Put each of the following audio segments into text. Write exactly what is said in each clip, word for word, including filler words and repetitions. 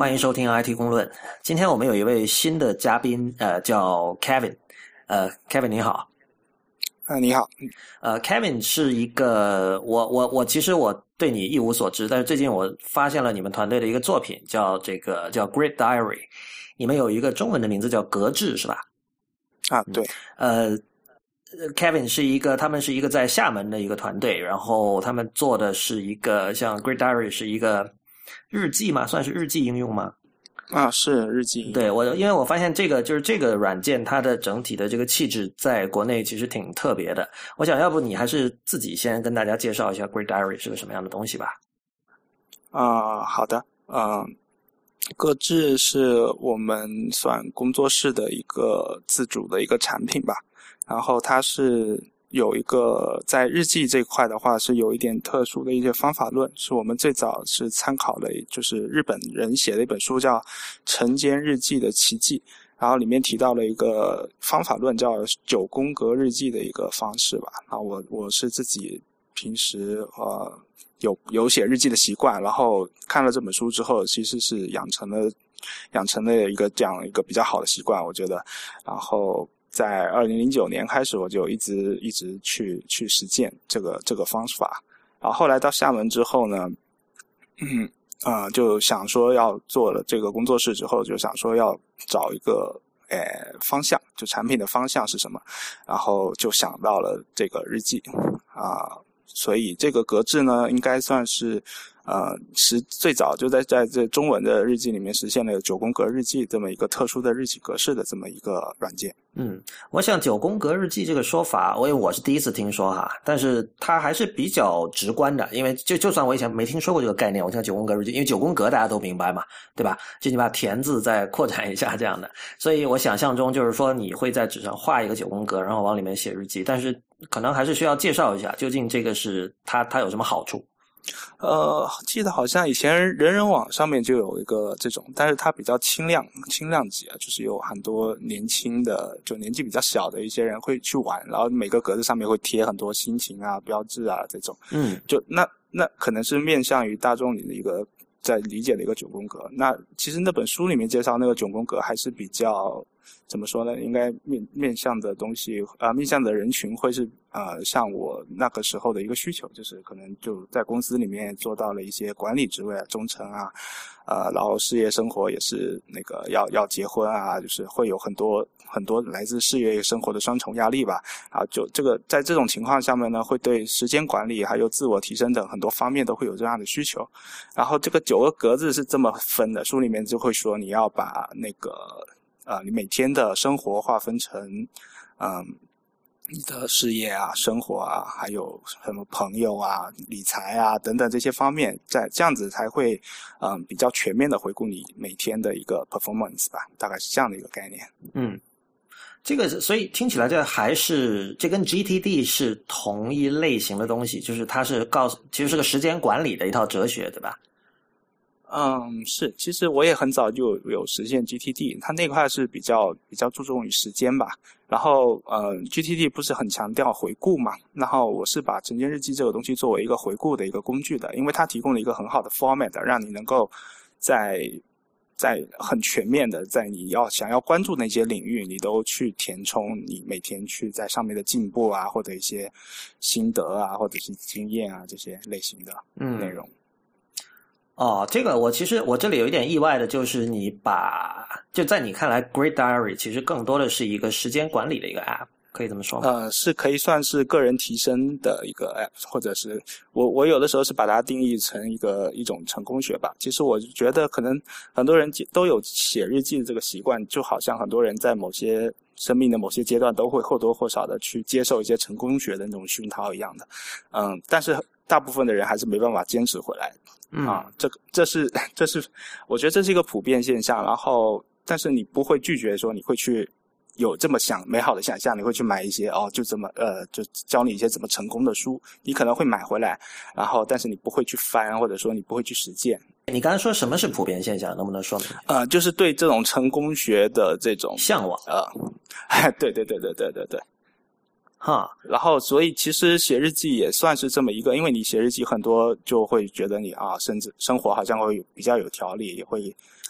欢迎收听 I T 公论。今天我们有一位新的嘉宾，呃，叫 Kevin。呃 ，Kevin 你好。 啊，你好。 呃 ，Kevin 是一个，我我我其实我对你一无所知，但是最近我发现了你们团队的一个作品，叫这个叫 Grid Diary。你们有一个中文的名字叫格致，是吧？ 啊，对。 呃。Kevin 是一个，他们是一个在厦门的一个团队，然后他们做的是一个像 Grid Diary 是一个日记嘛，算是日记应用吗？ 啊，是日记。 对，我因为我发现这个就是这个软件，它的整体的这个气质在国内其实挺特别的。我想要不你还是自己先跟大家介绍一下 Grid Diary 是个什么样的东西吧。 啊，好的。嗯，格致是我们算工作室的一个自主的一个产品吧。然后它是有一个在日记这块的话是有一点特殊的一些方法论，是我们最早是参考了就是日本人写的一本书叫《晨间日记的奇迹》，然后里面提到了一个方法论叫九宫格日记的一个方式吧。然后我我是自己平时呃有有写日记的习惯，然后看了这本书之后其实是养成了养成了一个这样一个比较好的习惯我觉得。然后在二零零九年开始我就一直一直去去实践这个这个方法。然后后来到厦门之后呢，嗯呃就想说要做了这个工作室之后，就想说要找一个呃方向，就产品的方向是什么，然后就想到了这个日记啊、呃，所以这个格致呢应该算是呃，实最早就在在这中文的日记里面实现了九宫格日记这么一个特殊的日记格式的这么一个软件。 嗯，我想九宫格日记这个说法，我因为我是第一次听说哈，但是它还是比较直观的，因为就就算我以前没听说过这个概念，我像九宫格日记，因为九宫格大家都明白嘛，对吧？就你把田字再扩展一下这样的，所以我想象中就是说你会在纸上画一个九宫格，然后往里面写日记，但是可能还是需要介绍一下，究竟这个是它它有什么好处。 呃，记得好像以前人人网上面就有一个这种，但是它比较轻量轻量级啊，就是有很多年轻的就年纪比较小的一些人会去玩，然后每个格子上面会贴很多心情啊标志啊这种。 嗯， 就那那可能是面向于大众里的一个在理解的一个九宫格。那其实那本书里面介绍那个九宫格还是比较怎么说呢，应该面面向的东西啊、呃，面向的人群会是呃像我那个时候的一个需求，就是可能就在公司里面做到了一些管理职位啊，中层啊，呃然后事业生活也是那个要要结婚啊，就是会有很多很多来自事业生活的双重压力吧。啊，就这个在这种情况下面呢，会对时间管理还有自我提升等很多方面都会有这样的需求。然后这个九个格子是这么分的，书里面就会说你要把那个呃，你每天的生活划分成，嗯，你的事业啊、生活啊，还有什么朋友啊、理财啊等等这些方面，在这样子才会，嗯，比较全面的回顾你每天的一个 performance 吧，大概是这样的一个概念。 嗯，这个所以听起来这还是这跟 G T D 是同一类型的东西，就是它是告诉其实是个时间管理的一套哲学，对吧？ 嗯，是，其实我也很早就有实现 G T D， 它那块是比较比较注重于时间吧。然后呃 G T D 不是很强调回顾嘛，然后我是把晨间日记这个东西作为一个回顾的一个工具的，因为它提供了一个很好的 format， 让你能够在在很全面的在你要想要关注那些领域，你都去填充你每天去在上面的进步啊，或者一些心得啊，或者是经验啊这些类型的内容。 嗯哦，这个我其实我这里有一点意外的，就是你把就在你看来 Grid Diary 其实更多的是一个时间管理的一个 App， 可以这么说吗？ 呃，是可以算是个人提升的一个 App， 或者是我我有的时候是把它定义成一个一种成功学吧。其实我觉得可能很多人都有写日记的这个习惯，就好像很多人在某些生命的某些阶段都会或多或少的去接受一些成功学的那种熏陶一样的。嗯，但是大部分的人还是没办法坚持回来。 嗯啊，这个这是这是我觉得这是一个普遍现象。然后但是你不会拒绝说你会去有这么想美好的想象，你会去买一些哦就这么呃就教你一些怎么成功的书，你可能会买回来，然后但是你不会去翻，或者说你不会去实践。 你刚才说什么是普遍现象，能不能说明？ 呃就是对这种成功学的这种向往。 呃对对对对对对对哈， 然后所以其实写日记也算是这么一个，因为你写日记很多就会觉得你啊，甚至生活好像会比较有条理，也会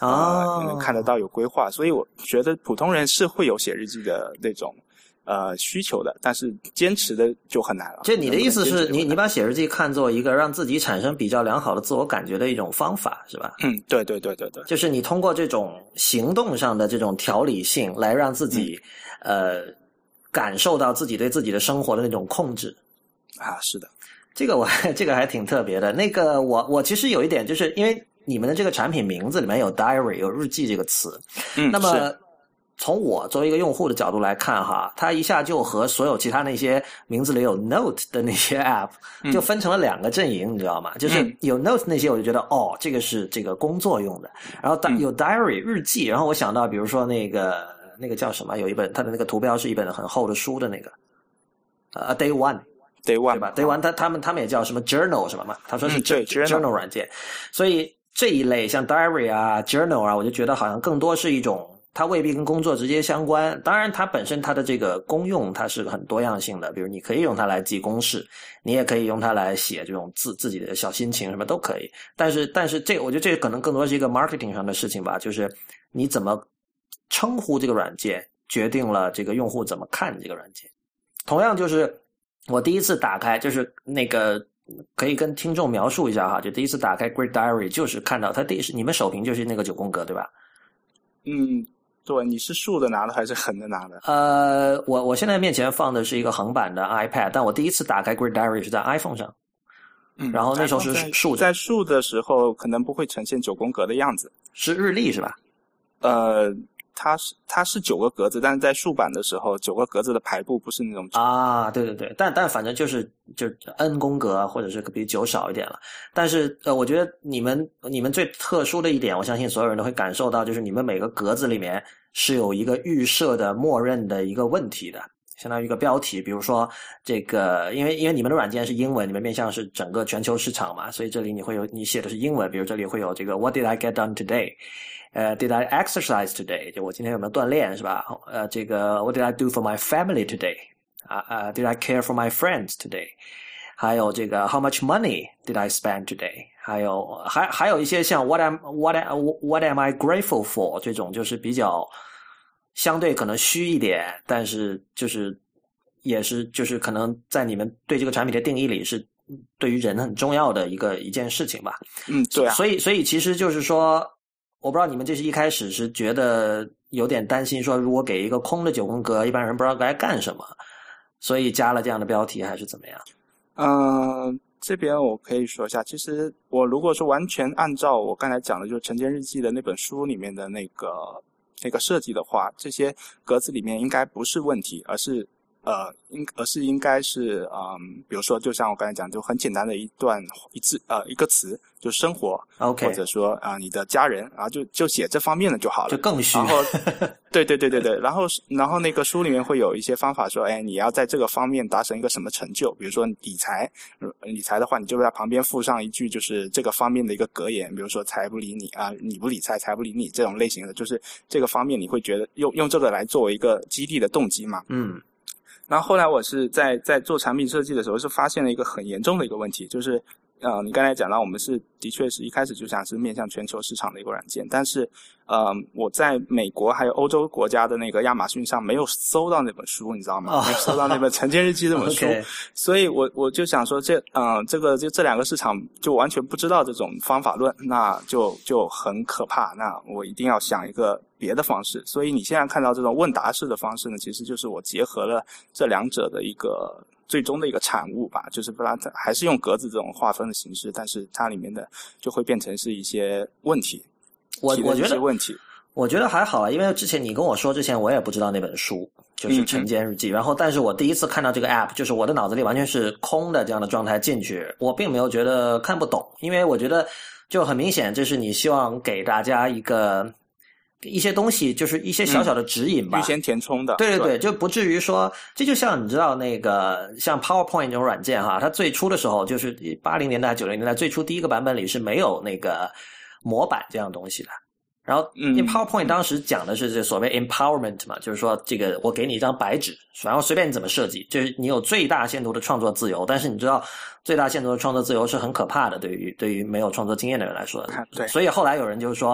啊、呃，能看得到有规划，所以我觉得普通人是会有写日记的那种呃需求的，但是坚持的就很难了。 就你的意思是你你把写日记看作一个让自己产生比较良好的自我感觉的一种方法，是吧？ 嗯，对对对对对， 就是你通过这种行动上的这种条理性来让自己、嗯、呃感受到自己对自己的生活的那种控制啊，是的。 这个我这个还挺特别的。那个我我其实有一点，就是因为你们的这个产品名字里面有 diary 有日记这个词， 嗯， 那么从我作为一个用户的角度来看哈，它一下就和所有其他那些名字里有 note 的那些 app 就分成了两个阵营，你知道吗？就是有 note 那些我就觉得哦，这个是这个工作用的，然后有 diary 日记，然后我想到比如说那个那个叫什么，有一本它的那个图标是一本很厚的书的那个呃 day one。Day One 对吧 ？Day One，他他们他们也叫什么 Journal 什么嘛？他说是 Journal 软件，所以这一类像 Diary 啊、Journal 啊，我就觉得好像更多是一种，它未必跟工作直接相关。当然，它本身它的这个功用它是很多样性的，比如你可以用它来记公事，你也可以用它来写这种自自己的小心情什么都可以。但是但是这我觉得这可能更多是一个 marketing 上的事情吧，就是你怎么称呼这个软件，决定了这个用户怎么看这个软件。同样就是。我第一次打开就是那个可以跟听众描述一下哈，就第一次打开 Great Diary 就是看到它第你们首屏就是那个九宫格对吧？ 嗯，对，你是竖的拿的还是横的拿的？ 呃，我我现在面前放的是一个横版的 iPad， 但我第一次打开 Great Diary 是在 iPhone 上， 嗯， 然后那时候是竖着， 在竖的时候可能不会呈现九宫格的样子， 是日历是吧？ 呃。它是它是九个格子，但是在竖版的时候，九个格子的排布不是那种啊，对对对，但但反正就是就 N 宫格，或者是比九少一点了。但是呃，我觉得你们你们最特殊的一点，我相信所有人都会感受到，就是你们每个格子里面是有一个预设的默认的一个问题的，相当于一个标题。比如说这个，因为因为你们的软件是英文，你们面向是整个全球市场嘛，所以这里你会有你写的是英文，比如这里会有这个 What did I get done today？呃、uh, ，Did I exercise today？ 就我今天有没有锻炼是吧？呃，这个 What did I do for my family today？ 啊、uh, 啊、uh, ，Did I care for my friends today？ 还有这个 How much money did I spend today？ 还有还还有一些像 What am What am What am I grateful for？ 这种就是比较相对可能虚一点，但是就是也是就是可能在你们对这个产品的定义里是对于人很重要的一个一件事情吧。 嗯，对啊。 所以所以其实就是说。我不知道你们这是一开始是觉得有点担心说如果给一个空的九宫格一般人不知道该干什么，所以加了这样的标题还是怎么样？ 嗯、呃，这边我可以说一下，其实我如果说完全按照我刚才讲的就是晨间日记的那本书里面的那个那个设计的话，这些格子里面应该不是问题，而是呃，应而是应该是嗯，比如说就像我刚才讲，就很简单的一段一字呃一个词，就生活 ，OK， 或者说啊、呃、你的家人，然后就就写这方面的就好了， 就更虚。 然后对对对对对，然后然后那个书里面会有一些方法说，哎，你要在这个方面达成一个什么成就，比如说理财，理财的话，你就在旁边附上一句就是这个方面的一个格言，比如说财不理你啊，你不理财，财不理你这种类型的，就是这个方面你会觉得用用这个来作为一个激励的动机嘛， 嗯。 然后后来我是在在做产品设计的时候是发现了一个很严重的一个问题，就是呃，你刚才讲到我们是的确是一开始就想是面向全球市场的一个软件，但是呃，我在美国还有欧洲国家的那个亚马逊上没有搜到那本书，你知道吗？ Oh. 没有搜到那本晨间日记这本书， okay. 所以我我就想说这呃这个就这两个市场就完全不知道这种方法论，那就就很可怕，那我一定要想一个别的方式。所以你现在看到这种问答式的方式呢，其实就是我结合了这两者的一个最终的一个产物吧，就是不然还是用格子这种划分的形式，但是它里面的就会变成是一些问题， 我我觉得问题， 我觉得还好啊，因为之前你跟我说之前，我也不知道那本书就是晨间日记、嗯，然后但是我第一次看到这个 app， 就是我的脑子里完全是空的这样的状态进去，我并没有觉得看不懂，因为我觉得就很明显，这是你希望给大家一个。一些东西就是一些小小的指引吧， 预先填充的， 对对对，就不至于说，这就像你知道那个像 PowerPoint 这种软件哈，它最初的时候就是八零年代九零年代最初第一个版本里是没有那个模板这样东西的。然后因为 PowerPoint 当时讲的是这所谓 empowerment 嘛，就是说这个我给你一张白纸，然后随便你怎么设计，就是你有最大限度的创作自由，但是你知道最大限度的创作自由是很可怕的，对于对于没有创作经验的人来说， 对， 所以后来有人就是说。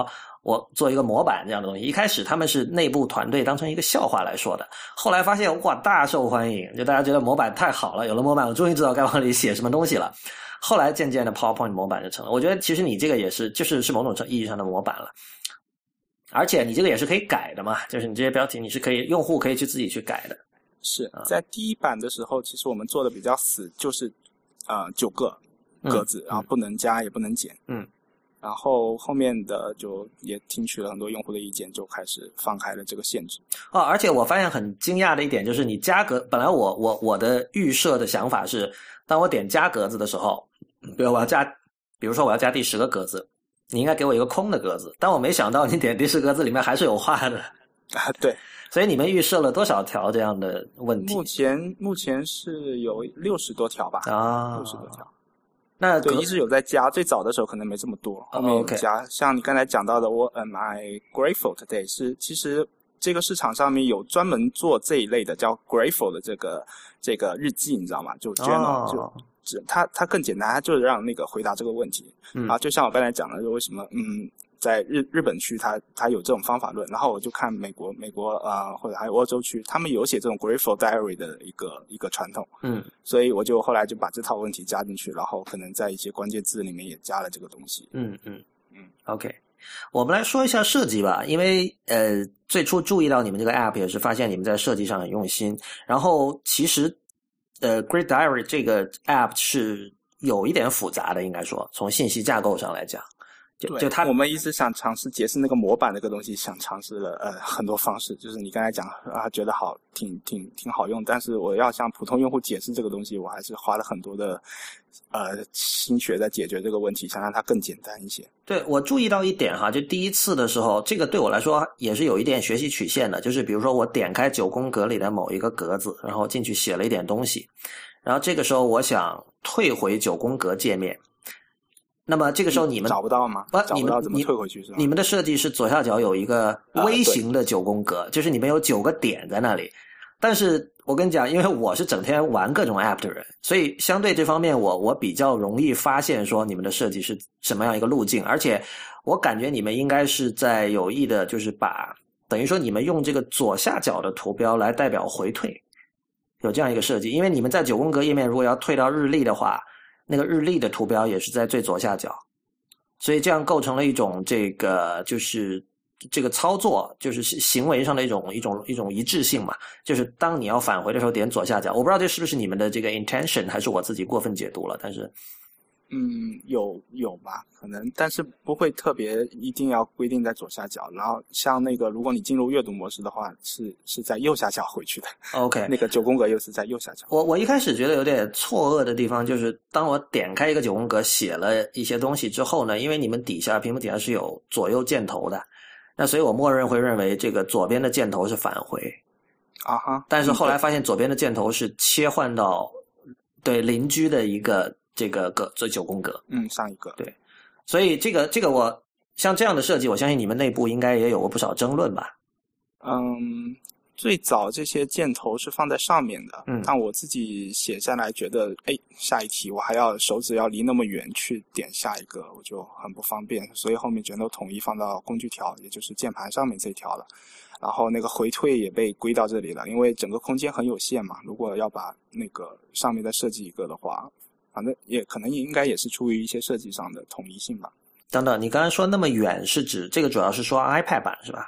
我做一个模板这样的东西。一开始他们是内部团队当成一个笑话来说的，后来发现哇大受欢迎，就大家觉得模板太好了，有了模板我终于知道该往里写什么东西了。后来渐渐的 PowerPoint 模板就成了。我觉得其实你这个也是就是是某种意义上的模板了。而且你这个也是可以改的嘛，就是你这些标题你是可以用户可以去自己去改的。 是在第一版的时候其实我们做的比较死，就是呃九个格子、嗯、然后不能加也不能减。 嗯， 然后后面的就也听取了很多用户的意见，就开始放开了这个限制。 哦，而且我发现很惊讶的一点就是你加格，本来我我我的预设的想法是，当我点加格子的时候，比如我要加，比如说我要加第十个格子，你应该给我一个空的格子，但我没想到你点第十格子里面还是有画的。 啊，对。 所以你们预设了多少条这样的问题？ 目前目前是有六十多条吧。 啊， 六十多条。 那对，一直有在加，最早的时候可能没这么多，后面有加。Oh, okay. 像你刚才讲到的 What am I grateful today 是其实这个市场上面有专门做这一类的叫 grateful 的这个这个日记，你知道吗？就 journal、oh. 就它它更简单，它就是让那个回答这个问题。 嗯、 啊，就像我刚才讲的，就为什么嗯。在日日本区它它有这种方法论，然后我就看美国美国呃或者还有欧洲区，他们有写这种 grateful diary 的一个一个传统。 嗯， 所以我就后来就把这套问题加进去，然后可能在一些关键字里面也加了这个东西。 嗯嗯嗯 OK， 我们来说一下设计吧，因为呃最初注意到你们这个 app 也是发现你们在设计上很用心，然后其实呃 Great Diary 这个 app 是有一点复杂的，应该说从信息架构上来讲。就就他， 我们一直想尝试解释那个模板那个东西，想尝试了呃很多方式。就是你刚才讲啊，觉得好，挺挺挺好用，但是我要向普通用户解释这个东西，我还是花了很多的呃心血在解决这个问题，想让它更简单一些。 对，我注意到一点哈，就第一次的时候，这个对我来说也是有一点学习曲线的，就是比如说我点开九宫格里的某一个格子，然后进去写了一点东西，然后这个时候我想退回九宫格界面。那么这个时候你们找不到吗？ 不， 找不到怎么退回去是吧？ 你们的设计是左下角有一个微型的九宫格，啊、就是你们有九个点在那里。但是我跟你讲，因为我是整天玩各种 app 的人，所以相对这方面我我比较容易发现说你们的设计是什么样一个路径，而且我感觉你们应该是在有意的，就是把等于说你们用这个左下角的图标来代表回退，有这样一个设计。因为你们在九宫格页面如果要退到日历的话，那个日历的图标也是在最左下角，所以这样构成了一种这个就是这个操作就是行为上的一种一种一种一致性嘛，就是当你要返回的时候点左下角。我不知道这是不是你们的这个 intention 还是我自己过分解读了，但是嗯，有有吧，可能，但是不会特别一定要规定在左下角。然后像那个，如果你进入阅读模式的话，是是在右下角回去的。 OK， 那个九宫格又是在右下角。 我我一开始觉得有点错愕的地方，就是当我点开一个九宫格，写了一些东西之后呢，因为你们底下屏幕底下是有左右箭头的，那所以我默认会认为这个左边的箭头是返回。 啊哈。 但是后来发现左边的箭头是切换到对邻居的一个。这个格这九宫格， 嗯，上一个对，所以这个这个我像这样的设计，我相信你们内部应该也有过不少争论吧？ 嗯，最早这些箭头是放在上面的， 嗯， 但我自己写下来觉得，哎，下一题我还要手指要离那么远去点下一个，我就很不方便，所以后面全都统一放到工具条，也就是键盘上面这一条了。然后那个回退也被归到这里了，因为整个空间很有限嘛，如果要把那个上面再设计一个的话。反正也可能也应该也是出于一些设计上的统一性吧。 等等，你刚才说那么远是指这个主要是说 iPad 版是吧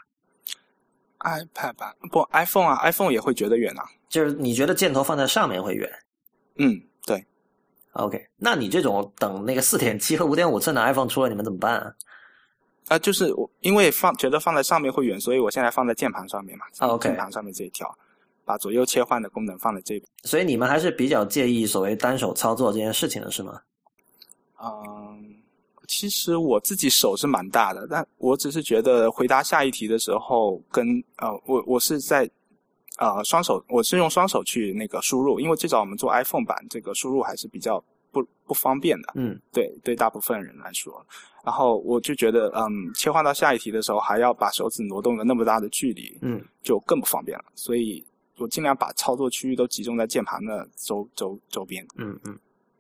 ？iPad 版不 iPhone 啊 ，iPhone 也会觉得远啊。 就是你觉得箭头放在上面会远？ 嗯，对。 OK， 那你这种等那个 四点七 和 五点五 寸的 iPhone 出了，你们怎么办啊？ 啊、呃，就是我因为放觉得放在上面会远，所以我现在放在键盘上面嘛。 哦 OK， 键盘上面这一条。把左右切换的功能放在这边， 所以你们还是比较介意所谓单手操作这件事情的是吗？ 嗯，其实我自己手是蛮大的，但我只是觉得回答下一题的时候跟呃，我我是在呃双手，我是用双手去那个输入，因为最早我们做 iPhone 版，这个输入还是比较不不方便的， 嗯， 对对，大部分人来说。然后我就觉得，嗯，切换到下一题的时候还要把手指挪动了那么大的距离， 嗯， 就更不方便了，所以。我尽量把操作区域都集中在键盘的周周周边。 嗯嗯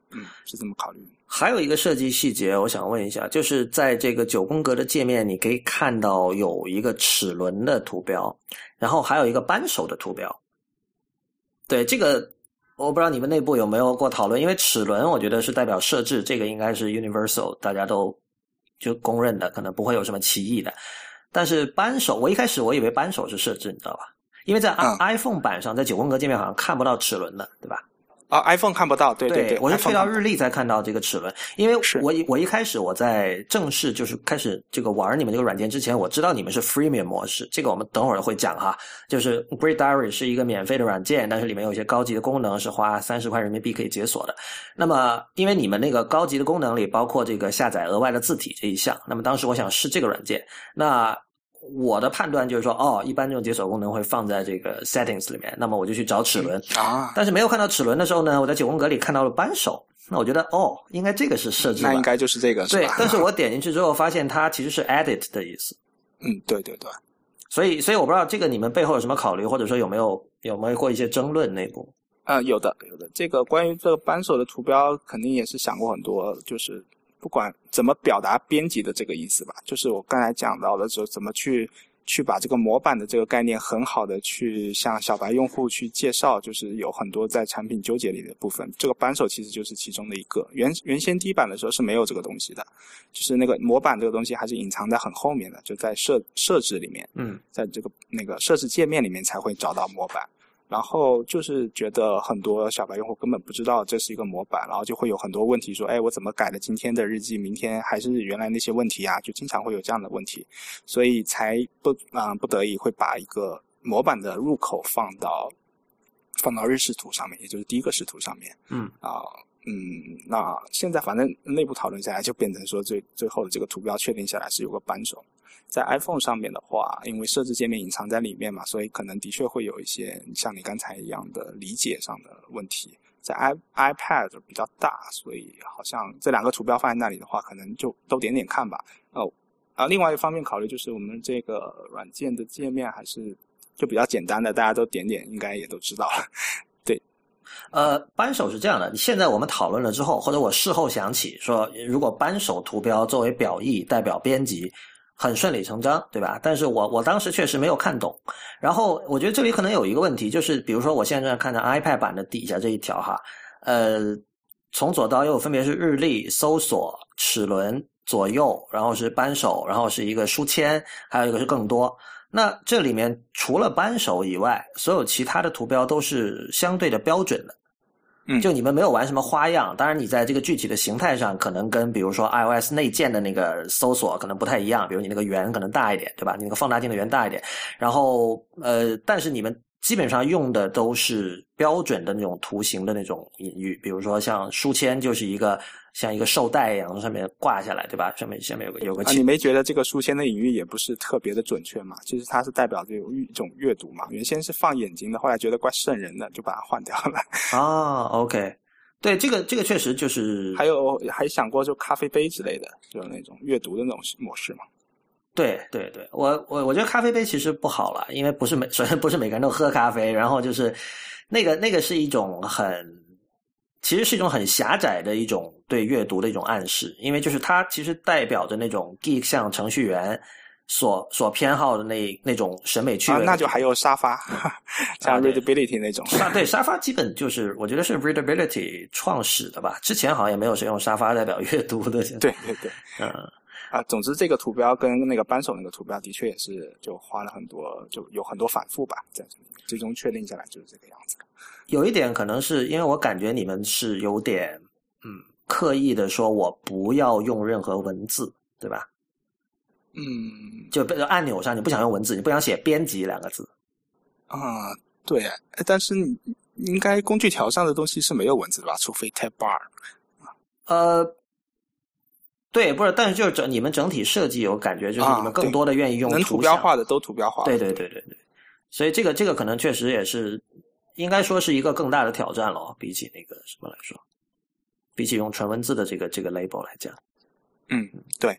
嗯，是这么考虑。 还有一个设计细节，我想问一下，就是在这个九宫格的界面，你可以看到有一个齿轮的图标，然后还有一个扳手的图标。对，这个我不知道你们内部有没有过讨论，因为齿轮我觉得是代表设置，这个应该是 universal， 大家都就公认的，可能不会有什么歧义的。但是扳手，我一开始我以为扳手是设置，你知道吧？因为在 iPhone 版上，在九宫格界面好像看不到齿轮的，对吧？ 啊 ，iPhone 看不到，对对对， 我是推到日历才看到这个齿轮，因为我我一开始我在正式就是开始这个玩你们这个软件之前，我知道你们是 freemium 模式，这个我们等会儿会讲哈。就是 Great Diary 是一个免费的软件，但是里面有一些高级的功能是花三十块人民币可以解锁的。那么因为你们那个高级的功能里包括这个下载额外的字体这一项，那么当时我想试这个软件，那我的判断就是说，哦，一般这种解锁功能会放在这个 settings 里面，那么我就去找齿轮、 嗯、啊。 但是没有看到齿轮的时候呢，我在九宫格里看到了扳手，那我觉得哦，应该这个是设置吧， 那应该就是这个是吧？ 对，但是我点进去之后发现它其实是 edit 的意思。 嗯，对对对。 所以所以我不知道这个你们背后有什么考虑，或者说有没有有没有过一些争论内部？ 呃，有的有的。这个关于这个扳手的图标，肯定也是想过很多，就是不管怎么表达编辑的这个意思吧，就是我刚才讲到的，就怎么去。去把这个模板的这个概念很好的去向小白用户去介绍，就是有很多在产品纠结里的部分，这个扳手其实就是其中的一个。原原先第一版的时候是没有这个东西的，就是那个模板这个东西还是隐藏在很后面的，就在设设置里面， 嗯， 在这个那个设置界面里面才会找到模板。然后就是觉得很多小白用户根本不知道这是一个模板，然后就会有很多问题说，哎，我怎么改了今天的日记，明天还是原来那些问题啊，就经常会有这样的问题，所以才不啊、呃、不得已会把一个模板的入口放到放到日视图上面，也就是第一个视图上面。 嗯啊嗯，那现在反正内部讨论下来，就变成说最最后的这个图标确定下来是有个扳手。在 iPhone 上面的话，因为设置界面隐藏在里面嘛，所以可能的确会有一些像你刚才一样的理解上的问题。在 i iPad 比较大，所以好像这两个图标放在那里的话，可能就都点点看吧。哦，啊，另外一方面考虑就是我们这个软件的界面还是就比较简单的，大家都点点应该也都知道了。对。 呃，扳手是这样的，现在我们讨论了之后，或者我事后想起说，如果扳手图标作为表意代表编辑，很顺理成章，对吧？但是我我当时确实没有看懂。然后我觉得这里可能有一个问题，就是比如说我现在正在看到 iPad 版的底下这一条哈，呃，从左到右分别是日历、搜索、齿轮、左右，然后是扳手，然后是一个书签，还有一个是更多。那这里面除了扳手以外，所有其他的图标都是相对的标准的。 嗯， 就你们没有玩什么花样，当然你在这个具体的形态上可能跟比如说 iOS 内建的那个搜索可能不太一样，比如你那个圆可能大一点，对吧？你那个放大镜的圆大一点，然后呃，但是你们基本上用的都是标准的那种图形的那种隐喻，比如说像书签就是一个像一个绶带一样从上面挂下来，对吧？上面下面有个有个啊，你没觉得这个书签的隐喻也不是特别的准确吗？其实它是代表着有一种阅读嘛。原先是放眼睛的，后来觉得怪瘆人的，就把它换掉了。 啊 ，OK， 对，这个这个确实就是， 还有还想过就咖啡杯之类的，就是那种阅读的那种模式嘛。 对对对，我我我觉得咖啡杯其实不好了，因为不是每首先不是每个人都喝咖啡，然后就是那个那个是一种很，其实是一种很狭窄的一种对阅读的一种暗示，因为就是它其实代表着那种 geek 向程序员所所偏好的那那种审美趣味、 啊。那就还有沙发，像 readability 那种。 啊，对，沙发基本就是我觉得是 readability 创始的吧，之前好像也没有谁用沙发代表阅读的。 对对对， 嗯。 啊，总之这个图标跟那个扳手那个图标的确也是就花了很多，就有很多反复吧，在这里最终确定下来就是这个样子。 有一点可能是因为我感觉你们是有点嗯刻意的说我不要用任何文字，对吧？ 嗯， 就按钮上你不想用文字，你不想写编辑两个字。 啊，对，但是你应该工具条上的东西是没有文字的吧？除非 tab bar。 呃。对，不是，但是就是整你们整体设计有感觉，就是你们更多的愿意用图像， 能图标化的都图标化。 对对对对对，所以这个这个可能确实也是应该说是一个更大的挑战了，比起那个什么来说，比起用纯文字的这个这个 label 来讲。 嗯，对。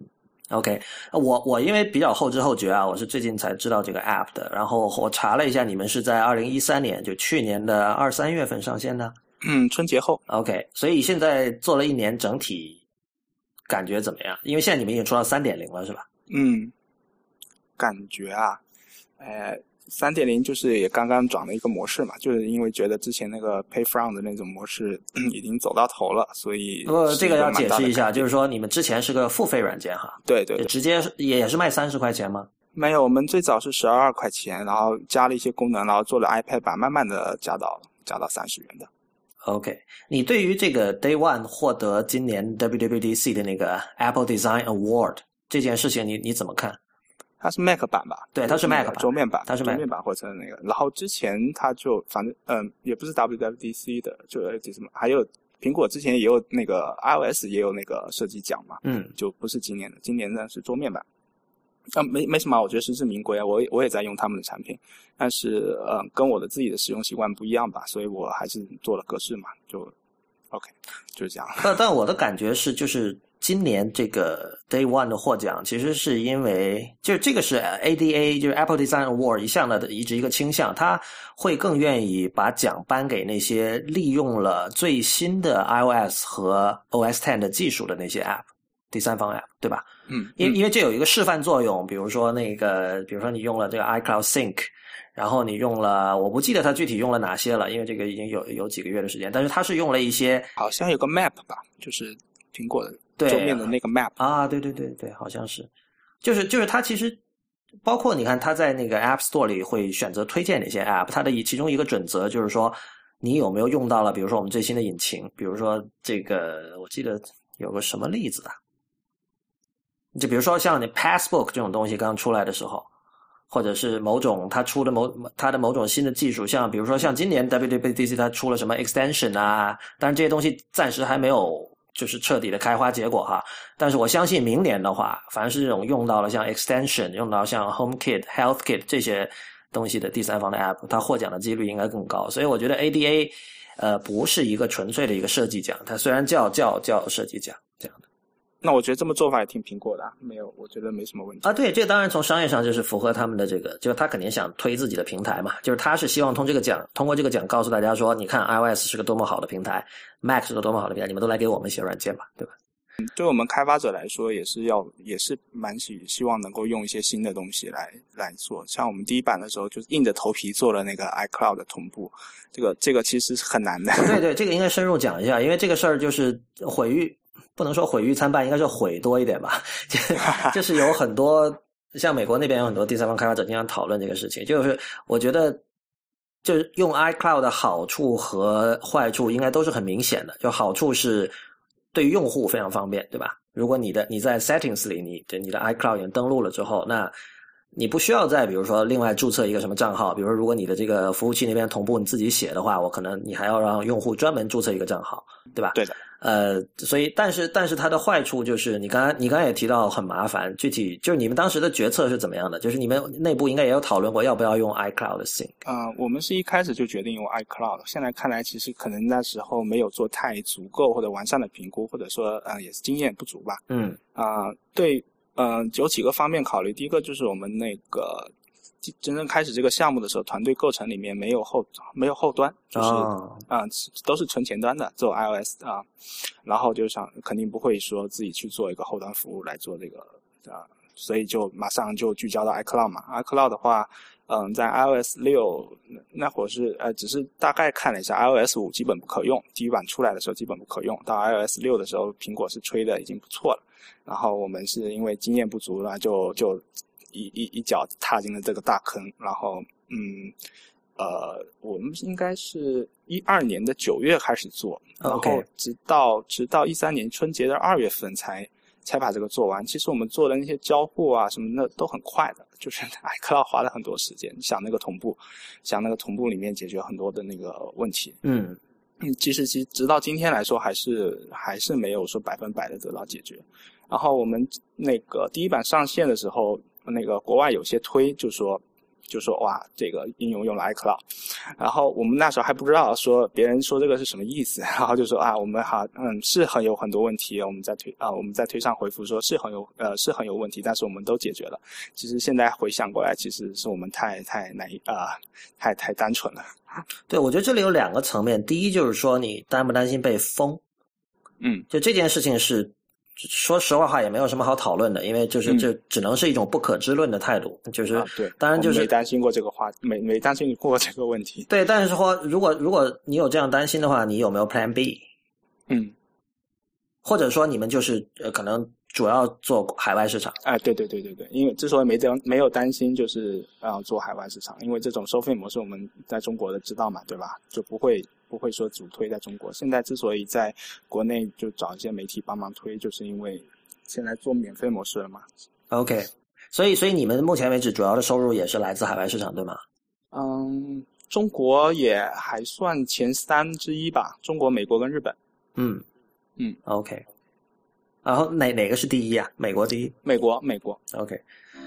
OK， 我我因为比较后知后觉啊，我是最近才知道这个 app 的，然后我查了一下，你们是在二零一三年，就去年的二三月份上线的。 嗯，春节后。 OK， 所以现在做了一年，整体感觉怎么样？因为现在你们已经出到 三点零 了是吧？ 嗯，感觉啊，呃 三点零 就是也刚刚转了一个模式嘛，就是因为觉得之前那个 Pay From 的那种模式、嗯、已经走到头了，所以不过这个要解释一下，就是说你们之前是个付费软件哈。 对对对， 直接也是卖三十块钱吗？ 没有，我们最早是十二块钱，然后加了一些功能，然后做了 iPad 版，慢慢的加到加到三十元的。 OK， 你对于这个 Day One 获得今年 W W D C 的那个 Apple Design Award 这件事情你，你你怎么看？ 它是 Mac 版吧？ 对，它是 Mac 版， 桌面版， 它是 Mac 桌面版或者那个。然后之前它就反正嗯，也不是 W W D C 的，就什么，还有苹果之前也有那个 iOS 也有那个设计奖嘛， 嗯， 就不是今年的，今年呢是桌面版。啊，没没什么，我觉得实至名归啊，我我也在用他们的产品，但是呃，跟我的自己的使用习惯不一样吧，所以我还是做了格式嘛，就 OK， 就是这样。 但但我的感觉是，就是今年这个 Day One 的获奖，其实是因为就这个是 A D A， 就是 Apple Design Award 一向的一直一个倾向，他会更愿意把奖颁给那些利用了最新的 iOS 和 O S X 的技术的那些 App。第三方 app 对吧？ 嗯， 因因为这有一个示范作用，比如说那个，比如说你用了这个 iCloud Sync， 然后你用了，我不记得它具体用了哪些了，因为这个已经有有几个月的时间，但是它是用了一些， 好像有个 Map 吧，就是苹果的桌面的那个 Map 啊，对对对对，好像是，就是就是它其实包括你看它在那个 App Store 里会选择推荐哪些 App， 它的其中一个准则就是说你有没有用到了，比如说我们最新的引擎，比如说这个我记得有个什么例子啊？就比如说像你 Passbook 这种东西刚出来的时候，或者是某种它出的某它的某种新的技术，像比如说像今年 W W D C 它出了什么 extension 啊，当然这些东西暂时还没有就是彻底的开花结果哈，但是我相信明年的话，凡是这种用到了像 extension 用到像 HomeKit、HealthKit 这些东西的第三方的 app， 它获奖的几率应该更高，所以我觉得 A D A 呃不是一个纯粹的一个设计奖，它虽然叫叫叫设计奖这样的。 那我觉得这么做法也挺苹果的，没有，我觉得没什么问题啊。对，这个当然从商业上就是符合他们的这个，就是他肯定想推自己的平台嘛，就是他是希望通这个奖，通过这个奖告诉大家说，你看 iOS 是个多么好的平台 ，Mac 是个多么好的平台，你们都来给我们写软件吧，对吧？ 对我们开发者来说，也是要也是蛮希希望能够用一些新的东西来来做。像我们第一版的时候，就是硬着头皮做了那个 iCloud 的同步，这个这个其实是很难的。 对对，这个应该深入讲一下，因为这个事儿就是毁誉。不能说毁誉参半，应该是毁多一点吧。就是有很多像美国那边有很多第三方开发者经常讨论这个事情，就是我觉得就是用 iCloud 的好处和坏处应该都是很明显的。就好处是对于用户非常方便，对吧？如果你的你在 settings 里，你你的 iCloud 已经登录了之后，那你不需要再比如说另外注册一个什么账号，比如说如果你的这个服务器那边同步你自己写的话，我可能你还要让用户专门注册一个账号，对吧？ 对的。 呃，所以但是但是它的坏处就是你刚刚你刚才也提到很麻烦，具体就是你们当时的决策是怎么样的？就是你们内部应该也有讨论过要不要用 iCloud Sync。 啊、呃，我们是一开始就决定用 iCloud， 现在看来其实可能那时候没有做太足够或者完善的评估，或者说呃也是经验不足吧。 嗯。 啊、呃，对，嗯、呃，有几个方面考虑。第一个就是我们那个真正开始这个项目的时候，团队构成里面没有后没有后端，就是啊、 哦呃、都是纯前端的，做 iOS 啊、呃，然后就想肯定不会说自己去做一个后端服务来做这个啊、呃，所以就马上就聚焦到 iCloud 嘛。iCloud 的话，嗯、呃，在 iOS 六那会儿是呃，只是大概看了一下 iOS 五基本不可用，第一版出来的时候基本不可用，到 iOS 六的时候，苹果是吹的已经不错了。然后我们是因为经验不足了，就就。一一一脚踏进了这个大坑，然后嗯呃，我们应该是一二年的九月开始做，然后直到直到一三年春节的二月份才才把这个做完。其实我们做的那些交互啊什么的都很快的，就是 iCloud 花了很多时间，想那个同步，想那个同步里面解决很多的那个问题。 嗯嗯，其实其实直到今天来说，还是还是没有说百分百的得到解决。然后我们那个第一版上线的时候。那个国外有些推就说就说哇这个应用用了 iCloud， 然后我们那时候还不知道说别人说这个是什么意思，然后就说啊我们好嗯是很有很多问题，我们在推啊我们在推上回复说是很有呃是很有问题，但是我们都解决了。其实现在回想过来，其实是我们太太难啊、呃、太太单纯了。 对，我觉得这里有两个层面，第一就是说你担不担心被封， 嗯， 就这件事情是说实话话也没有什么好讨论的，因为就是这只能是一种不可知论的态度，就是、 啊、对， 当然就是没担心过这个话，没没担心过这个问题。 对，但是说如果如果你有这样担心的话，你有没有 Plan B？ 嗯， 或者说你们就是呃可能主要做海外市场？ 哎，对对对对对，因为之所以没这样没有担心，就是要做海外市场，因为这种收费模式我们在中国的知道嘛，对吧？就不会不会说主推在中国。现在之所以在国内就找一些媒体帮忙推，就是因为现在做免费模式了嘛。 OK， 所以所以你们目前为止主要的收入也是来自海外市场，对吗？ 嗯，中国也还算前三之一吧，中国、美国跟日本。 嗯嗯 ，OK。然后哪哪个是第一啊？美国第一？ 美国，美国。 OK。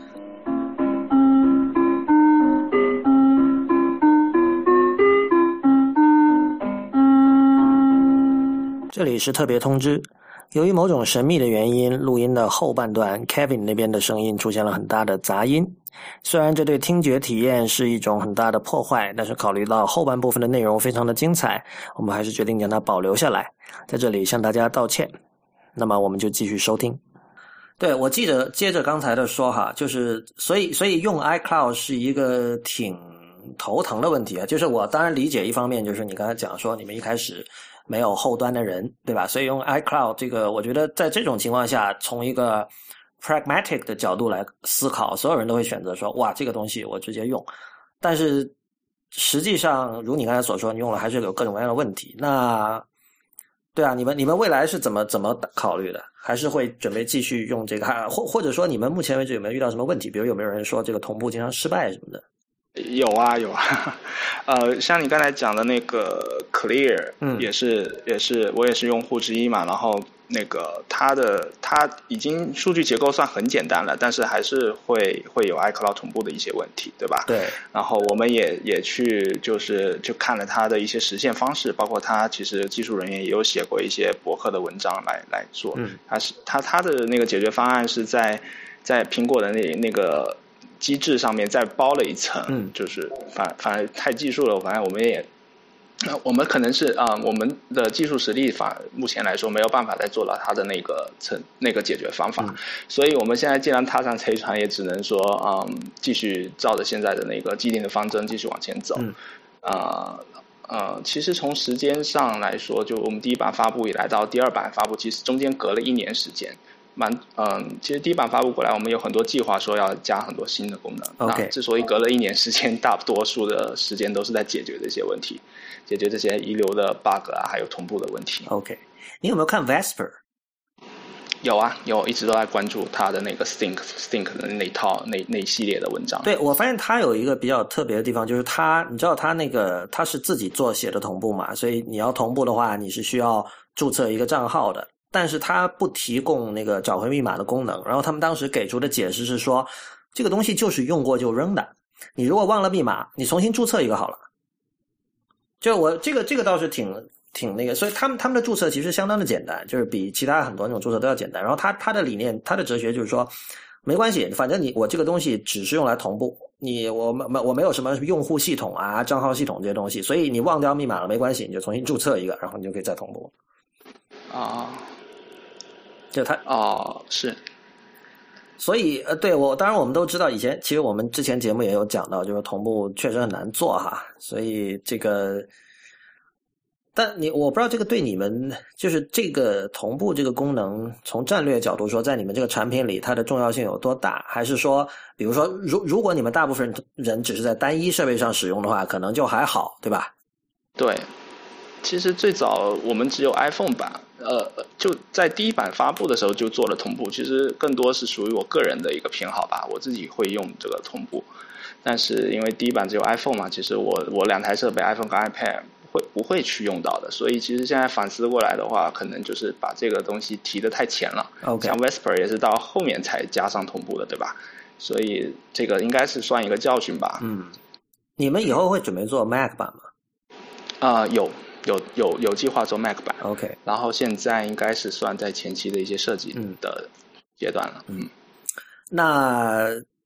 这里是特别通知，由于某种神秘的原因，录音的后半段 Kevin 那边的声音出现了很大的杂音。虽然这对听觉体验是一种很大的破坏，但是考虑到后半部分的内容非常的精彩，我们还是决定将它保留下来，在这里向大家道歉。那么我们就继续收听。对，我记得接着刚才的说哈，就是所以所以用 iCloud 是一个挺头疼的问题啊。就是我当然理解，一方面就是你刚才讲说你们一开始没有后端的人，对吧？所以用 iCloud 这个，我觉得在这种情况下，从一个 pragmatic 的角度来思考，所有人都会选择说，哇，这个东西我直接用。但是实际上，如你刚才所说，你用了还是有各种各样的问题。那对啊，你们你们未来是怎么怎么考虑的？还是会准备继续用这个？或或者说你们目前为止有没有遇到什么问题？比如有没有人说这个同步经常失败什么的？ 有啊有啊，呃，像你刚才讲的那个 Clear， 嗯， 也是也是我也是用户之一嘛，然后那个它的它已经数据结构算很简单了，但是还是会会有 iCloud 同步的一些问题，对吧？ 对。 然后我们也也去就是就看了它的一些实现方式，包括它其实技术人员也有写过一些博客的文章来来做， 嗯， 它是它它的那个解决方案是在在苹果的那那个机制上面再包了一层， 嗯， 就是反反正太技术了，反正我们也，我们可能是啊、呃，我们的技术实力反目前来说没有办法再做到它的那个层那个解决方法， 嗯， 所以我们现在既然踏上这一船，也只能说啊、嗯，继续照着现在的那个既定的方针继续往前走， 嗯， 呃呃，其实从时间上来说，就我们第一版发布以来到第二版发布，其实中间隔了一年时间。蛮嗯，其实第一版发布过来，我们有很多计划说要加很多新的功能。 OK， 那之所以隔了一年时间，大多数的时间都是在解决这些问题，解决这些遗留的 bug 啊，还有同步的问题。 OK， 你有没有看 Vesper？ 有啊，有，一直都在关注他的那个 Think Think 的那套那那一系列的文章。 对，我发现他有一个比较特别的地方，就是他，你知道他那个他是自己做写的同步嘛，所以你要同步的话，你是需要注册一个账号的。但是它不提供那个找回密码的功能，然后他们当时给出的解释是说，这个东西就是用过就扔的，你如果忘了密码，你重新注册一个好了。就我这个这个倒是挺挺那个，所以他们他们的注册其实相当的简单，就是比其他很多那种注册都要简单。然后他他的理念，他的哲学就是说，没关系，反正你我这个东西只是用来同步，你我没我没有什么用户系统啊、账号系统这些东西，所以你忘掉密码了没关系，你就重新注册一个，然后你就可以再同步。 啊。 就他哦，是， 所以呃，对我当然我们都知道，以前其实我们之前节目也有讲到，就是同步确实很难做哈，所以这个，但你我不知道这个对你们就是这个同步这个功能，从战略角度说，在你们这个产品里它的重要性有多大？还是说，比如说，如如果你们大部分人只是在单一设备上使用的话，可能就还好，对吧？ 对。其实最早我们只有 iPhone 版，呃，就在第一版发布的时候就做了同步。其实更多是属于我个人的一个偏好吧，我自己会用这个同步。但是因为第一版只有 iPhone 嘛，其实我我两台设备 iPhone 跟 iPad 会不会去用到的，所以其实现在反思过来的话，可能就是把这个东西提得太前了。 Okay. 像 Vesper 也是到后面才加上同步的，对吧？所以这个应该是算一个教训吧。 嗯，你们以后会准备做 Mac 版吗？ 啊、呃，有。有有有计划做 Mac 版 ，OK， 然后现在应该是算在前期的一些设计的阶段了。 嗯，嗯那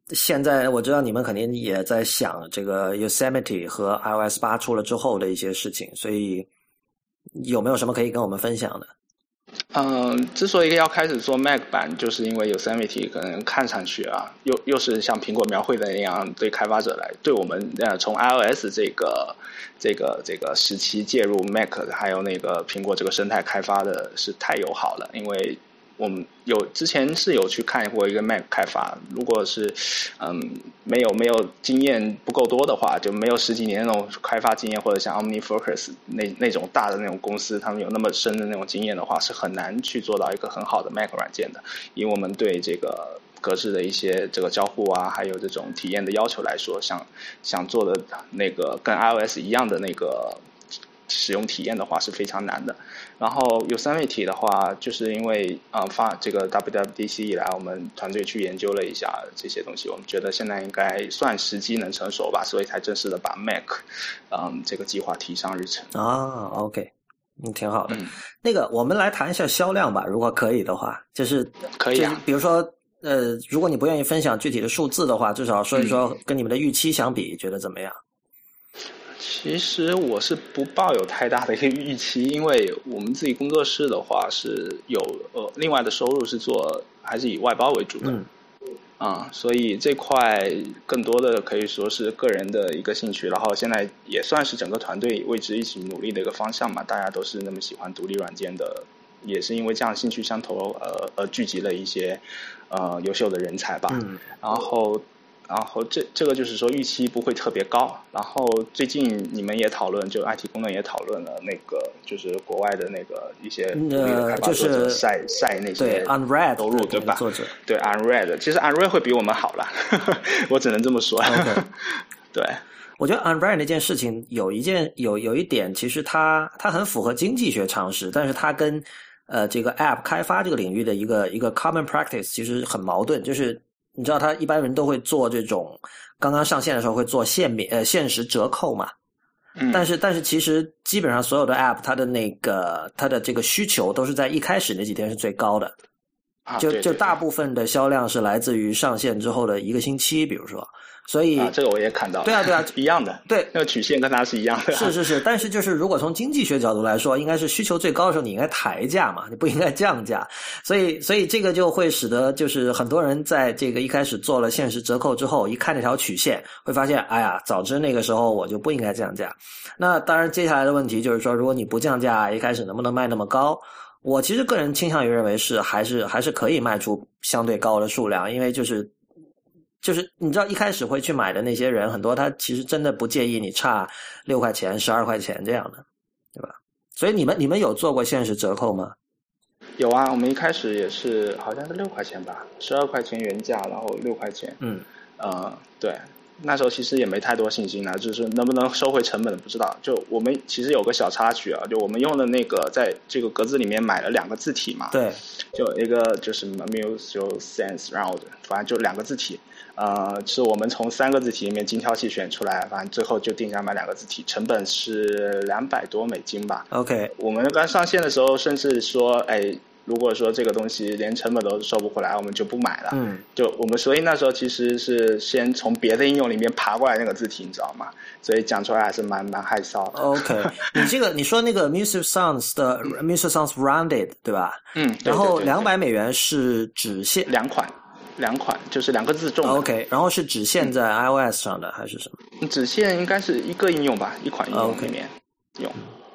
现在我知道你们肯定也在想这个 Yosemite 和 iOS 八出了之后的一些事情，所以有没有什么可以跟我们分享的？ 嗯，之所以要开始做 Mac 版，就是因为 Yosemite 可能看上去啊，又又是像苹果描绘的那样，对开发者来，对我们呃从 iOS 这个这个这个时期介入 Mac 还有那个苹果这个生态开发的是太友好了，因为我们有之前是有去看过一个 Mac 开发，如果是嗯没有没有经验不够多的话，就没有十几年那种开发经验，或者像 OmniFocus 那那种大的那种公司，他们有那么深的那种经验的话，是很难去做到一个很好的 Mac 软件的。以我们对这个格式的一些这个交互啊，还有这种体验的要求来说，想想做的那个跟 iOS 一样的那个使用体验的话是非常难的。然后 Yosemite 的话，就是因为啊、呃、发这个 W W D C 以来，我们团队去研究了一下这些东西，我们觉得现在应该算时机能成熟吧，所以才正式的把 Mac 嗯这个计划提上日程。 啊 ，OK， 嗯，挺好的。 嗯， 那个我们来谈一下销量吧，如果可以的话，就是可以啊， 就是比如说呃，如果你不愿意分享具体的数字的话，至少说一说跟你们的预期相比，觉得怎么样？ 其实我是不抱有太大的一个预期，因为我们自己工作室的话是有呃另外的收入是做还是以外包为主的， 嗯， 啊、所以这块更多的可以说是个人的一个兴趣，然后现在也算是整个团队为之一起努力的一个方向嘛，大家都是那么喜欢独立软件的，也是因为这样兴趣相投，呃呃聚集了一些呃优秀的人才吧， 嗯， 然后。然后这这个就是说预期不会特别高。然后最近你们也讨论，就 I T 公论也讨论了那个，就是国外的那个一些独立的开发作者晒、呃、晒那些收入，对吧？ 作者对 Unread， 其实 Unread 会比我们好了，我只能这么说。 Okay. 对， 我觉得 Unread 那件事情有一件有有一点，其实它它很符合经济学常识，但是它跟呃这个 App 开发这个领域的一个一个 common practice 其实很矛盾，就是。你知道他一般人都会做这种刚刚上线的时候会做限免呃限时折扣嘛， 嗯， 但是但是其实基本上所有的 app 它的那个它的这个需求都是在一开始那几天是最高的， 啊、 就对对对就大部分的销量是来自于上线之后的一个星期，比如说。所以、 啊、这个我也看到了， 对啊对啊， 一样的， 对， 那个曲线跟它是一样的， 是是是，但是就是如果从经济学角度来说，应该是需求最高的时候，你应该抬价嘛，你不应该降价，所以所以这个就会使得就是很多人在这个一开始做了限时折扣之后，一看这条曲线，会发现，哎呀，早知那个时候我就不应该降价。那当然，接下来的问题就是说，如果你不降价，一开始能不能卖那么高？我其实个人倾向于认为是还是还是可以卖出相对高的数量，因为就是。就是你知道一开始会去买的那些人很多，他其实真的不介意你差六块钱、十二块钱这样的，对吧？所以你们你们有做过限时折扣吗？ 有啊，我们一开始也是好像是六块钱吧，十二块钱原价，然后六块钱。 嗯， 呃，对，那时候其实也没太多信心啊，就是能不能收回成本不知道。就我们其实有个小插曲啊，就我们用的那个在这个格子里面买了两个字体嘛， 对， 就一个就是 Muse 就 Sans Round， 反正就两个字体。呃，是我们从三个字体里面精挑细选出来，反正最后就定下买两个字体，成本是两百多美金吧。 OK， 我们刚上线的时候，甚至说，哎，如果说这个东西连成本都收不回来，我们就不买了。 嗯， 就我们所以那时候其实是先从别的应用里面爬过来那个字体，你知道吗？所以讲出来还是蛮蛮害臊的。 OK， 你这个你说那个 Music Sounds 的 Music Sounds Rounded 对吧？ 嗯，对对对对， 然后两百美元是只限两款。两款就是两个字重的 OK， 然后是只限在 iOS 上的、嗯、还是什么？ 只限应该是一个应用吧，一款应用里面用。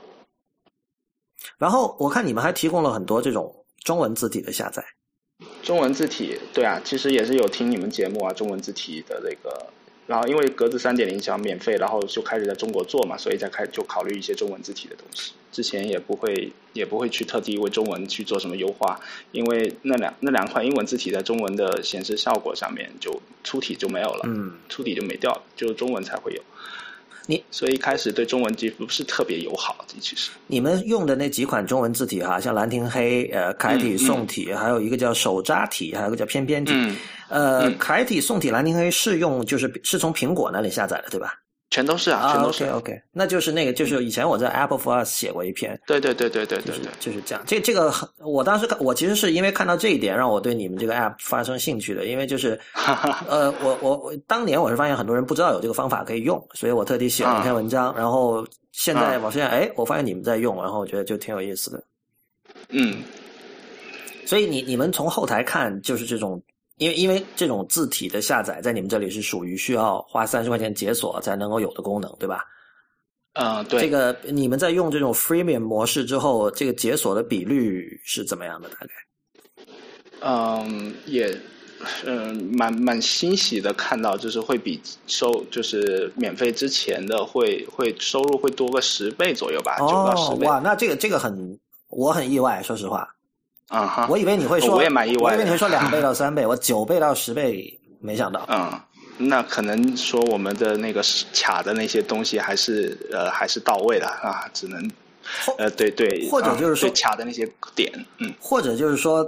然后我看你们还提供了很多这种中文字体的下载。 中文字体，对啊，其实也是有听你们节目啊，中文字体的那个。然后因为格子 三点零 想免费，然后就开始在中国做嘛，所以再开始就考虑一些中文字体的东西。之前也不会也不会去特地为中文去做什么优化，因为那两那两款英文字体在中文的显示效果上面就粗体就没有了， 嗯， 粗体就没掉了，就中文才会有。 你所以一开始对中文不是特别友好，其实你们用的那几款中文字体哈，像兰亭黑、呃楷体、宋体、嗯嗯，还有一个叫手札体，还有一个叫偏偏体。 嗯、 呃， 嗯、 楷体、宋体、兰亭黑是用就是是从苹果那里下载的，对吧？ 全都是啊， 啊全都是。 OK OK， 那就是那个，就是以前我在 Apple for Us 写过一篇。 对对对对对对对， 就是就是这样。这这个我当时我其实是因为看到这一点，让我对你们这个 app 发生兴趣的，因为就是呃，我我我当年我是发现很多人不知道有这个方法可以用，所以我特地写了一篇文章，然后现在我现在哎，我发现你们在用，然后我觉得就挺有意思的。 嗯， 所以你你们从后台看，就是这种。因为因为这种字体的下载在你们这里是属于需要花三十块钱解锁才能够有的功能，对吧？ 嗯、呃，对。 这个你们在用这种 freemium 模式之后，这个解锁的比率是怎么样的？大概？ 嗯，也，嗯，蛮蛮欣喜的看到，就是会比收就是免费之前的会会收入会多个十倍左右吧，九到十倍。 哇，那这个这个很，我很意外，说实话。 啊哈， 我以为你会说， 我也蛮意外的， 我以为你会说两倍到三倍，我九倍到十倍，没想到。 嗯，那可能说我们的那个卡的那些东西还是呃还是到位的啊，只能呃对对， 或者就是说、 啊、卡的那些点，嗯， 或者就是说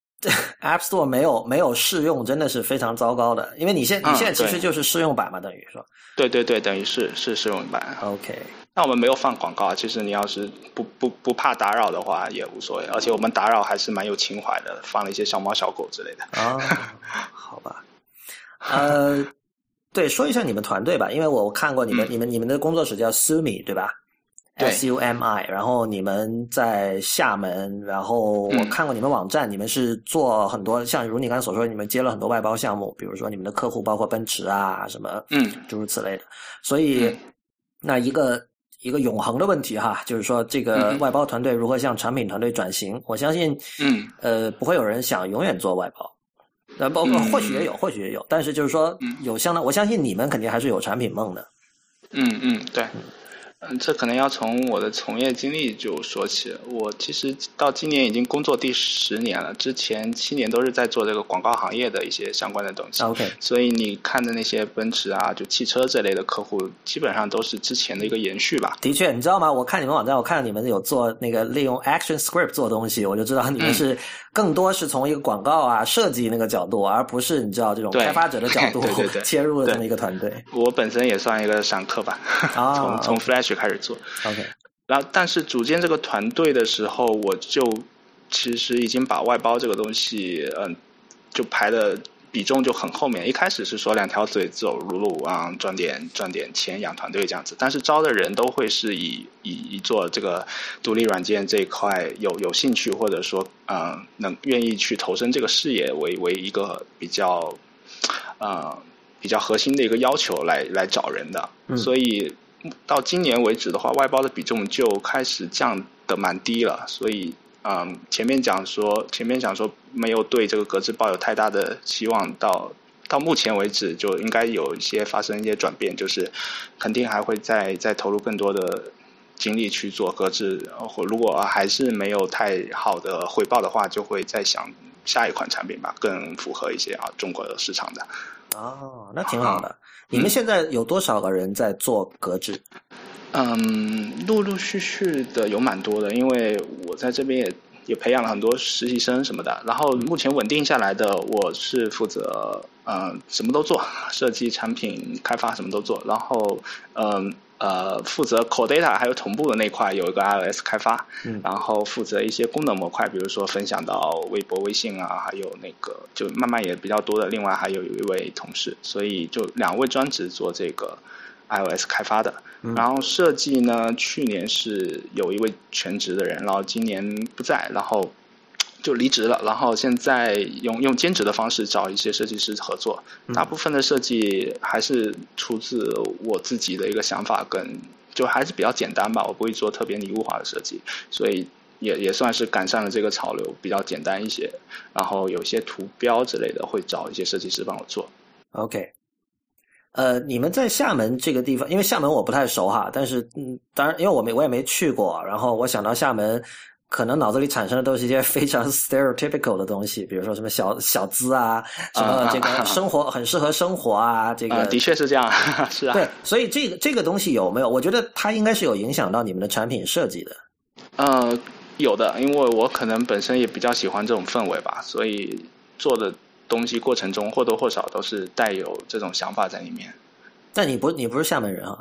，App Store 没有没有试用，真的是非常糟糕的，因为你现你现在其实就是试用版嘛，等于说。 对对对，等于是是试用版。 OK。 那我们没有放广告，其实你要是不不不怕打扰的话也无所谓，而且我们打扰还是蛮有情怀的，放了一些小猫小狗之类的。 啊、哦，好吧，呃，对，说一下你们团队吧，因为我看过你们、嗯、你们你们的工作室叫 Sumi 对吧？ 对 S U M I， 然后你们在厦门，然后我看过你们网站，嗯、你们是做很多像如你刚才所说，你们接了很多外包项目，比如说你们的客户包括奔驰啊什么， 嗯， 诸如此类的，所以、嗯、那一个。一个永恒的问题哈，就是说这个外包团队如何向产品团队转型？嗯、我相信， 嗯， 呃，不会有人想永远做外包，呃，包括或许也有，或许也有，但是就是说，有相当，我相信你们肯定还是有产品梦的。 嗯嗯，对。嗯，这可能要从我的从业经历就说起。我其实到今年已经工作第十年了，之前七年都是在做这个广告行业的一些相关的东西。 OK， 所以你看的那些奔驰啊，就汽车这类的客户，基本上都是之前的一个延续吧。 的确，你知道吗？我看你们网站，我看到你们有做那个利用 Action Script 做东西，我就知道你们是更多是从一个广告啊设计那个角度，而不是你知道这种开发者的角度对对对切入的这么一个团队。 我本身也算一个散客吧， 啊、 从从 Flash 开始做。 OK， 然后但是组建这个团队的时候，我就其实已经把外包这个东西，嗯，就排的比重就很后面。一开始是说两条腿走路路啊，赚点赚点钱养团队这样子，但是招的人都会是以以以做这个独立软件这一块有有兴趣，或者说嗯能愿意去投身这个事业为为一个比较呃比较核心的一个要求来来找人的， 嗯、 所以。到今年为止的话，外包的比重就开始降得蛮低了，所以，嗯，前面讲说，前面讲说没有对这个格致抱有太大的期望，到到目前为止就应该有一些发生一些转变，就是肯定还会再再投入更多的精力去做格致，或如果还是没有太好的回报的话，就会再想下一款产品吧，更符合一些啊中国的市场的。 哦，那挺好的。啊你们现在有多少个人在做格致？ 嗯，陆陆续续的有蛮多的，因为我在这边也也培养了很多实习生什么的。然后目前稳定下来的，我是负责嗯什么都做，设计、产品开发什么都做。然后嗯呃负责 core data 还有同步的那块有一个 iOS 开发， 嗯， 然后负责一些功能模块，比如说分享到微博、微信啊，还有那个就慢慢也比较多的。另外还有一位同事，所以就两位专职做这个 iOS 开发的。然后设计呢，去年是有一位全职的人，然后今年不在，然后就离职了，然后现在用用兼职的方式找一些设计师合作。大部分的设计还是出自我自己的一个想法，跟就还是比较简单吧，我不会做特别拟物化的设计，所以也也算是赶上了这个潮流，比较简单一些。然后有些图标之类的会找一些设计师帮我做。 OK。呃，你们在厦门这个地方，因为厦门我不太熟哈，但是嗯，当然因为我没我也没去过，然后我想到厦门，可能脑子里产生的都是一些非常 stereotypical 的东西，比如说什么小小资啊，什么这个生活很适合生活啊，这个、 呃、的确是这样，是啊， 对，所以这个这个东西有没有？我觉得它应该是有影响到你们的产品设计的。 呃，有的，因为我可能本身也比较喜欢这种氛围吧，所以做的东西过程中或多或少都是带有这种想法在里面。 但你不你不是厦门人啊？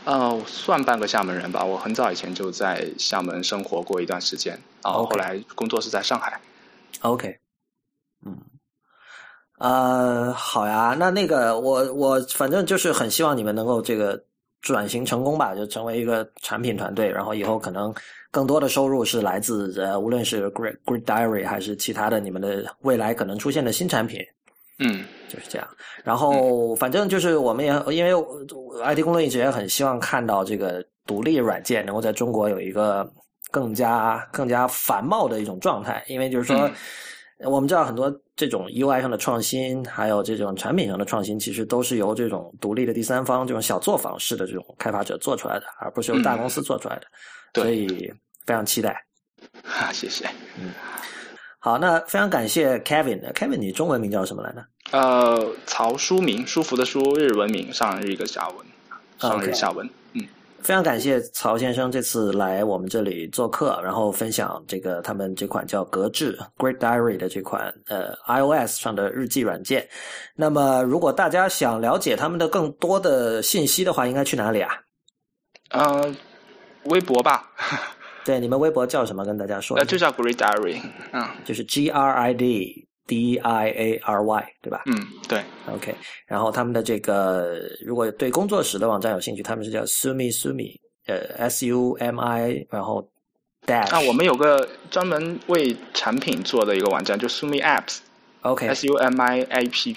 呃，算半个厦门人吧。我很早以前就在厦门生活过一段时间，然后后来工作是在上海。 OK， 嗯，呃，好呀，那那个我我反正就是很希望你们能够这个转型成功吧，就成为一个产品团队，然后以后可能更多的收入是来自呃，无论是 Great Great Diary 还是其他的你们的未来可能出现的新产品。 嗯， 就是这样。然后反正就是我们也因为 I T 公论一直也很希望看到这个独立软件能够在中国有一个更加更加繁茂的一种状态，因为就是说、嗯、我们知道很多这种 U I 上的创新还有这种产品上的创新其实都是由这种独立的第三方这种小作坊式的这种开发者做出来的，而不是由大公司做出来的、嗯、所以非常期待。 啊，谢谢。 嗯，好，那非常感谢 Kevin。Kevin 你中文名叫什么来着？ 呃，曹书明，舒服的舒，日文名，上日一个下文，上日下文。Okay. 嗯， 非常感谢曹先生这次来我们这里做客，然后分享这个他们这款叫格致 Great Diary 的这款呃 iOS 上的日记软件。那么如果大家想了解他们的更多的信息的话，应该去哪里啊？ 呃，微博吧。 对，你们微博叫什么？跟大家说一下。 呃，就叫 Great Diary， 嗯， 就是 G R I D D I A R Y 对吧？ 嗯，对。 OK， 然后他们的这个如果对工作室的网站有兴趣，他们是叫 Sumi Sumi， 呃 S U M I， 然后 dash。 啊，我们有个专门为产品做的一个网站，就 Sumi Apps。OK。S U M I A P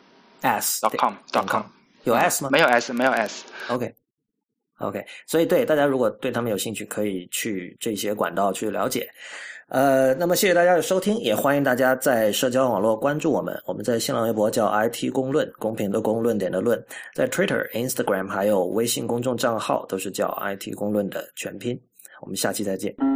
P。S .com .com 有 S 吗？ 没有 S， 没有 S。 OK。OK， 所以对大家如果对他们有兴趣，可以去这些管道去了解。呃，那么谢谢大家的收听，也欢迎大家在社交网络关注我们。我们在新浪微博叫 I T 公论，公平的公，论点的论，在 Twitter、Instagram 还有微信公众账号都是叫 I T 公论的全拼。我们下期再见。